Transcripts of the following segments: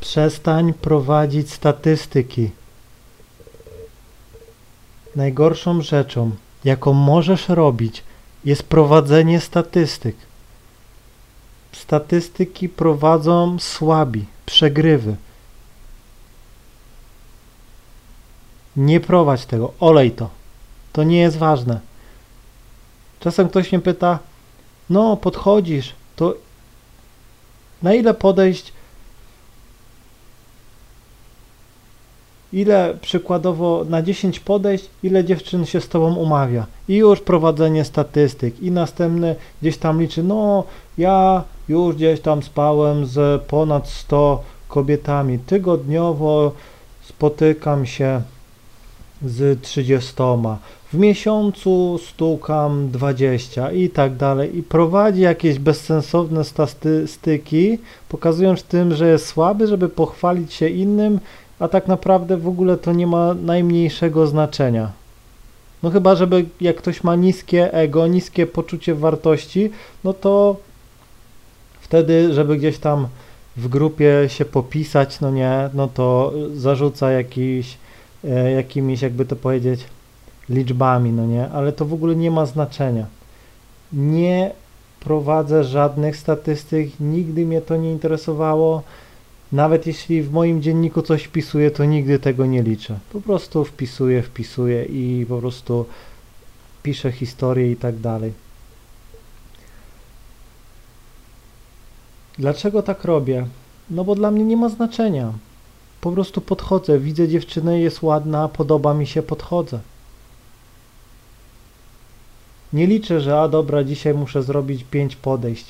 Przestań prowadzić statystyki. Najgorszą rzeczą, jaką możesz robić, jest prowadzenie statystyk. Statystyki prowadzą słabi, przegrywy. Nie prowadź tego, olej to. To nie jest ważne. Czasem ktoś mnie pyta, no podchodzisz, to na ile podejść, ile przykładowo na 10 podejść, ile dziewczyn się z tobą umawia i już prowadzenie statystyk i następny gdzieś tam liczy, no ja już gdzieś tam spałem z ponad 100 kobietami, tygodniowo spotykam się z 30, w miesiącu stukam 20 i tak dalej i prowadzi jakieś bezsensowne statystyki, pokazując tym, że jest słaby, żeby pochwalić się innym, a tak naprawdę w ogóle to nie ma najmniejszego znaczenia. No chyba, żeby jak ktoś ma niskie ego, niskie poczucie wartości, no to wtedy, żeby gdzieś tam w grupie się popisać, no nie, no to zarzuca jakimiś, jakby to powiedzieć, liczbami, no nie, ale to w ogóle nie ma znaczenia. Nie prowadzę żadnych statystyk, nigdy mnie to nie interesowało. Nawet jeśli w moim dzienniku coś wpisuję, to nigdy tego nie liczę. Po prostu wpisuję i po prostu piszę historię i tak dalej. Dlaczego tak robię? No bo dla mnie nie ma znaczenia. Po prostu podchodzę, widzę dziewczynę, jest ładna, podoba mi się, podchodzę. Nie liczę, że a dobra, dzisiaj muszę zrobić 5 podejść.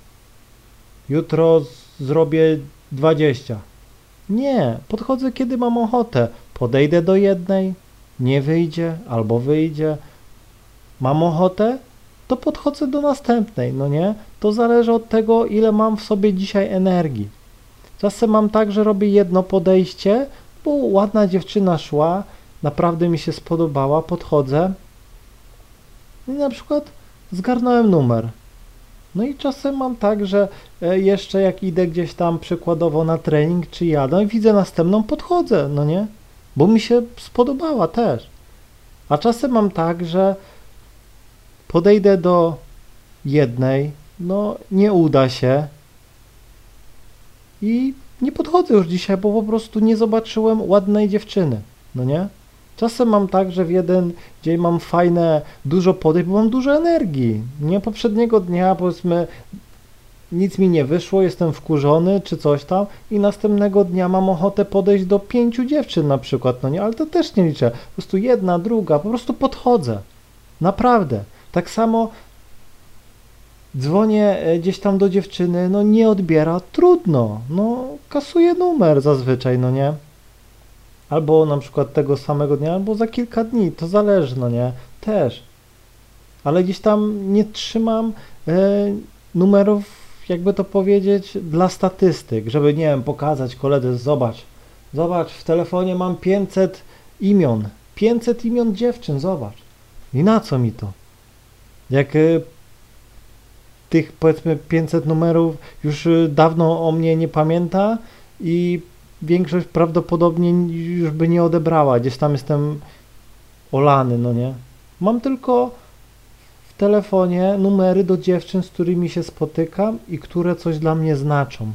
Jutro zrobię 20. Nie, podchodzę kiedy mam ochotę. Podejdę do jednej, nie wyjdzie, albo wyjdzie. Mam ochotę, to podchodzę do następnej, no nie? To zależy od tego, ile mam w sobie dzisiaj energii. Czasem mam tak, że robię jedno podejście, bo ładna dziewczyna szła, naprawdę mi się spodobała, podchodzę i na przykład zgarnąłem numer. No i czasem mam tak, że jeszcze jak idę gdzieś tam przykładowo na trening czy jadę i widzę następną, podchodzę, no nie? Bo mi się spodobała też. A czasem mam tak, że podejdę do jednej, no nie uda się i nie podchodzę już dzisiaj, bo po prostu nie zobaczyłem ładnej dziewczyny, no nie? Czasem mam tak, że w jeden dzień mam fajne, dużo podejść, bo mam dużo energii. Nie poprzedniego dnia, powiedzmy, nic mi nie wyszło, jestem wkurzony czy coś tam i następnego dnia mam ochotę podejść do 5 dziewczyn na przykład, no nie, ale to też nie liczę. Po prostu jedna, druga, po prostu podchodzę. Naprawdę. Tak samo dzwonię gdzieś tam do dziewczyny, no nie odbiera, trudno, no kasuję numer zazwyczaj, no nie. Albo na przykład tego samego dnia, albo za kilka dni, to zależy, no nie, też. Ale gdzieś tam nie trzymam numerów, jakby to powiedzieć, dla statystyk, żeby, nie wiem, pokazać koledze, zobacz, w telefonie mam 500 imion, 500 imion dziewczyn, zobacz. I na co mi to? Jak tych, powiedzmy, 500 numerów już dawno o mnie nie pamięta i większość prawdopodobnie już by nie odebrała. Gdzieś tam jestem olany, no nie? Mam tylko w telefonie numery do dziewczyn, z którymi się spotykam i które coś dla mnie znaczą.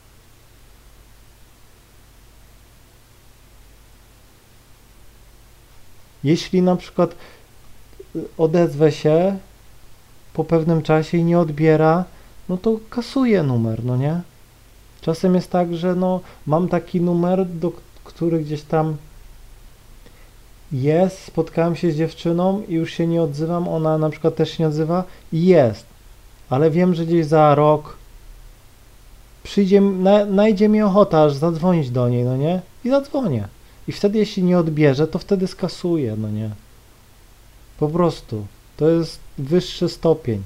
Jeśli na przykład odezwę się po pewnym czasie i nie odbiera, no to kasuję numer, no nie? Czasem jest tak, że no, mam taki numer, do który gdzieś tam jest, spotkałem się z dziewczyną i już się nie odzywam, ona na przykład też się nie odzywa i jest, ale wiem, że gdzieś za rok najdzie mi ochota aż zadzwonić do niej, no nie? I zadzwonię. I wtedy jeśli nie odbierze, to wtedy skasuję, no nie? Po prostu. To jest wyższy stopień.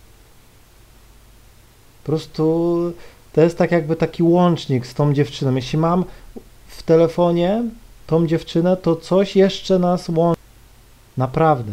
Po prostu to jest tak jakby taki łącznik z tą dziewczyną. Jeśli mam w telefonie tą dziewczynę, to coś jeszcze nas łączy. Naprawdę.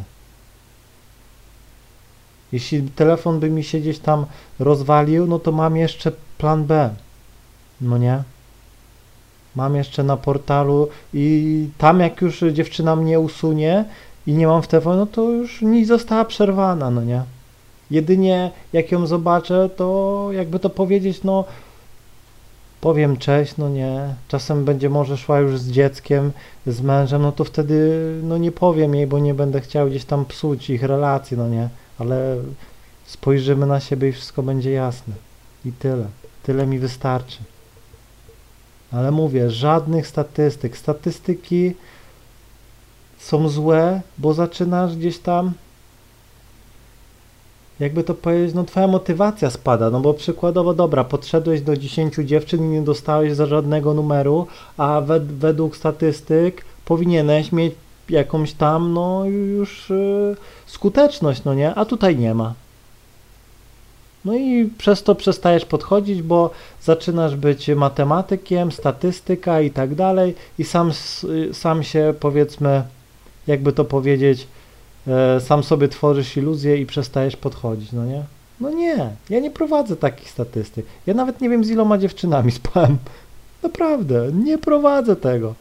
Jeśli telefon by mi się gdzieś tam rozwalił, no to mam jeszcze plan B. No nie? Mam jeszcze na portalu i tam jak już dziewczyna mnie usunie i nie mam w telefonie, no to już nic została przerwana, no nie? Jedynie jak ją zobaczę, to jakby to powiedzieć, no powiem cześć, no nie, czasem będzie może szła już z dzieckiem, z mężem, no to wtedy no nie powiem jej, bo nie będę chciał gdzieś tam psuć ich relacji, no nie, ale spojrzymy na siebie i wszystko będzie jasne. I tyle. Tyle mi wystarczy. Ale mówię, żadnych statystyk. Statystyki są złe, bo zaczynasz gdzieś tam, jakby to powiedzieć, no twoja motywacja spada, no bo przykładowo, dobra, podszedłeś do 10 dziewczyn i nie dostałeś za żadnego numeru, a według statystyk powinieneś mieć jakąś tam, no już skuteczność, no nie, a tutaj nie ma. No i przez to przestajesz podchodzić, bo zaczynasz być matematykiem, statystyka i tak dalej i sam się, powiedzmy, jakby to powiedzieć, sam sobie tworzysz iluzję i przestajesz podchodzić, no nie? No nie, ja nie prowadzę takich statystyk. Ja nawet nie wiem, z iloma dziewczynami spałem. Naprawdę, nie prowadzę tego.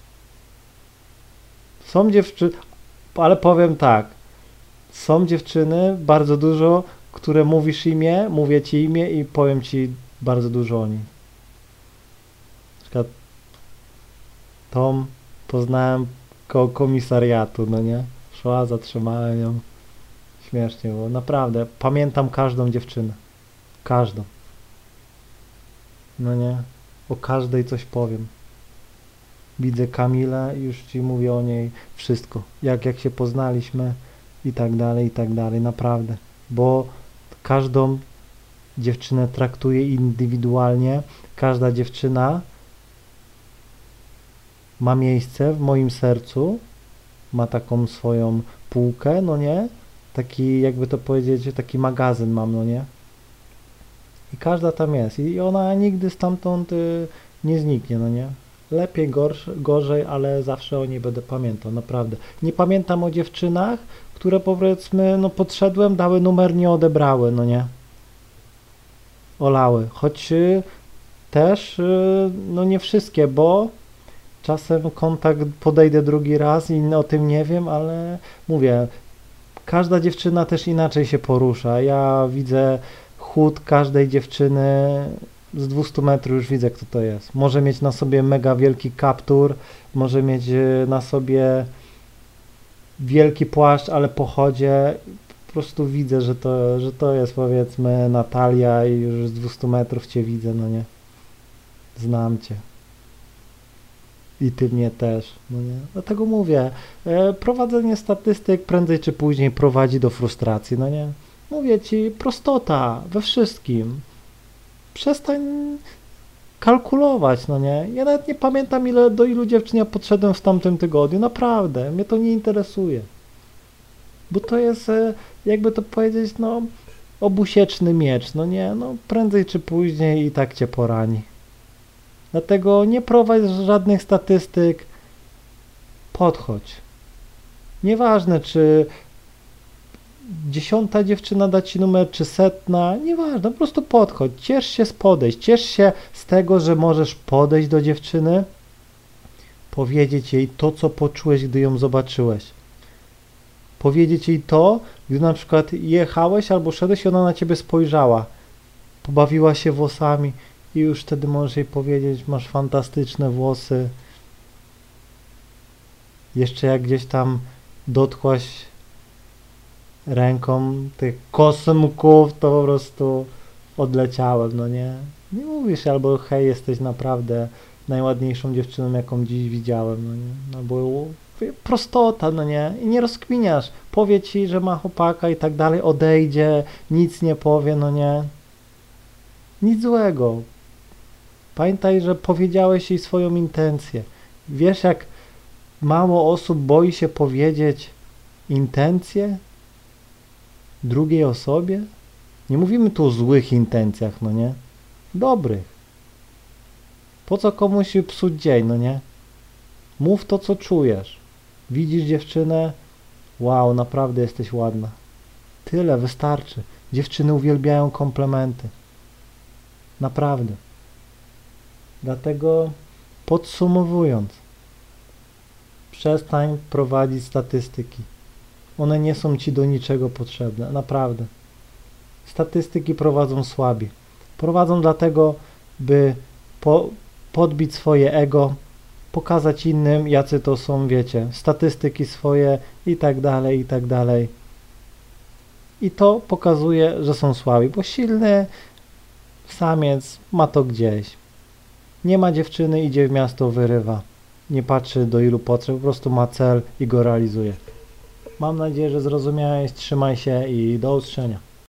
Są dziewczyny, ale powiem tak, są dziewczyny, bardzo dużo, które mówisz imię, mówię ci imię i powiem ci bardzo dużo o niej. Na przykład Tom poznałem koło komisariatu, no nie? Szła, zatrzymałem ją. Śmiesznie było, naprawdę. Pamiętam każdą dziewczynę. Każdą. No nie? O każdej coś powiem. Widzę Kamilę i już ci mówię o niej wszystko. Jak się poznaliśmy i tak dalej, naprawdę. Bo każdą dziewczynę traktuję indywidualnie. Każda dziewczyna ma miejsce w moim sercu. Ma taką swoją półkę, no nie? Taki, jakby to powiedzieć, taki magazyn mam, no nie? I każda tam jest. I ona nigdy stamtąd nie zniknie, no nie? Lepiej, gorzej, ale zawsze o niej będę pamiętał, naprawdę. Nie pamiętam o dziewczynach, które powiedzmy, no podszedłem, dały numer, nie odebrały, no nie? Olały. Choć też, no nie wszystkie, bo czasem kontakt podejdę drugi raz i o tym nie wiem, ale mówię, każda dziewczyna też inaczej się porusza. Ja widzę chód każdej dziewczyny z 200 metrów, już widzę, kto to jest. Może mieć na sobie mega wielki kaptur, może mieć na sobie wielki płaszcz, ale po chodzie po prostu widzę, że to jest, powiedzmy, Natalia i już z 200 metrów cię widzę, no nie? Znam cię. I ty mnie też, no nie? Dlatego mówię, prowadzenie statystyk prędzej czy później prowadzi do frustracji, no nie? Mówię ci, prostota we wszystkim. Przestań kalkulować, no nie? Ja nawet nie pamiętam, do ilu dziewczyn ja podszedłem w tamtym tygodniu, naprawdę, mnie to nie interesuje. Bo to jest, jakby to powiedzieć, no, obusieczny miecz, no nie? No, prędzej czy później i tak cię porani. Dlatego nie prowadź żadnych statystyk, podchodź. Nieważne, czy 10. dziewczyna da ci numer, czy 100, nieważne, po prostu podchodź. Ciesz się z podejść, ciesz się z tego, że możesz podejść do dziewczyny, powiedzieć jej to, co poczułeś, gdy ją zobaczyłeś. Powiedzieć jej to, gdy na przykład jechałeś albo szedłeś i ona na ciebie spojrzała, pobawiła się włosami. I już wtedy możesz jej powiedzieć, masz fantastyczne włosy. Jeszcze jak gdzieś tam dotkłaś ręką tych kosmków, to po prostu odleciałem, no nie? Nie mówisz, albo hej, jesteś naprawdę najładniejszą dziewczyną, jaką dziś widziałem, no nie? Albo prostota, no nie? I nie rozkminiasz. Powie ci, że ma chłopaka i tak dalej, odejdzie, nic nie powie, no nie? Nic złego. Pamiętaj, że powiedziałeś jej swoją intencję. Wiesz, jak mało osób boi się powiedzieć intencje drugiej osobie? Nie mówimy tu o złych intencjach, no nie? Dobrych. Po co komuś psuć dzień, no nie? Mów to, co czujesz. Widzisz dziewczynę? Wow, naprawdę jesteś ładna. Tyle, wystarczy. Dziewczyny uwielbiają komplementy. Naprawdę. Dlatego Podsumowując, przestań prowadzić statystyki. One nie są ci do niczego potrzebne, naprawdę. Statystyki prowadzą słabi. Prowadzą dlatego, by podbić swoje ego, pokazać innym, jacy to są, wiecie, statystyki swoje i tak dalej, i tak dalej. I to pokazuje, że są słabi, bo silny samiec ma to gdzieś. Nie ma dziewczyny, idzie w miasto, wyrywa. Nie patrzy do ilu potrzeb, po prostu ma cel i go realizuje. Mam nadzieję, że zrozumiałeś, trzymaj się i do usłyszenia.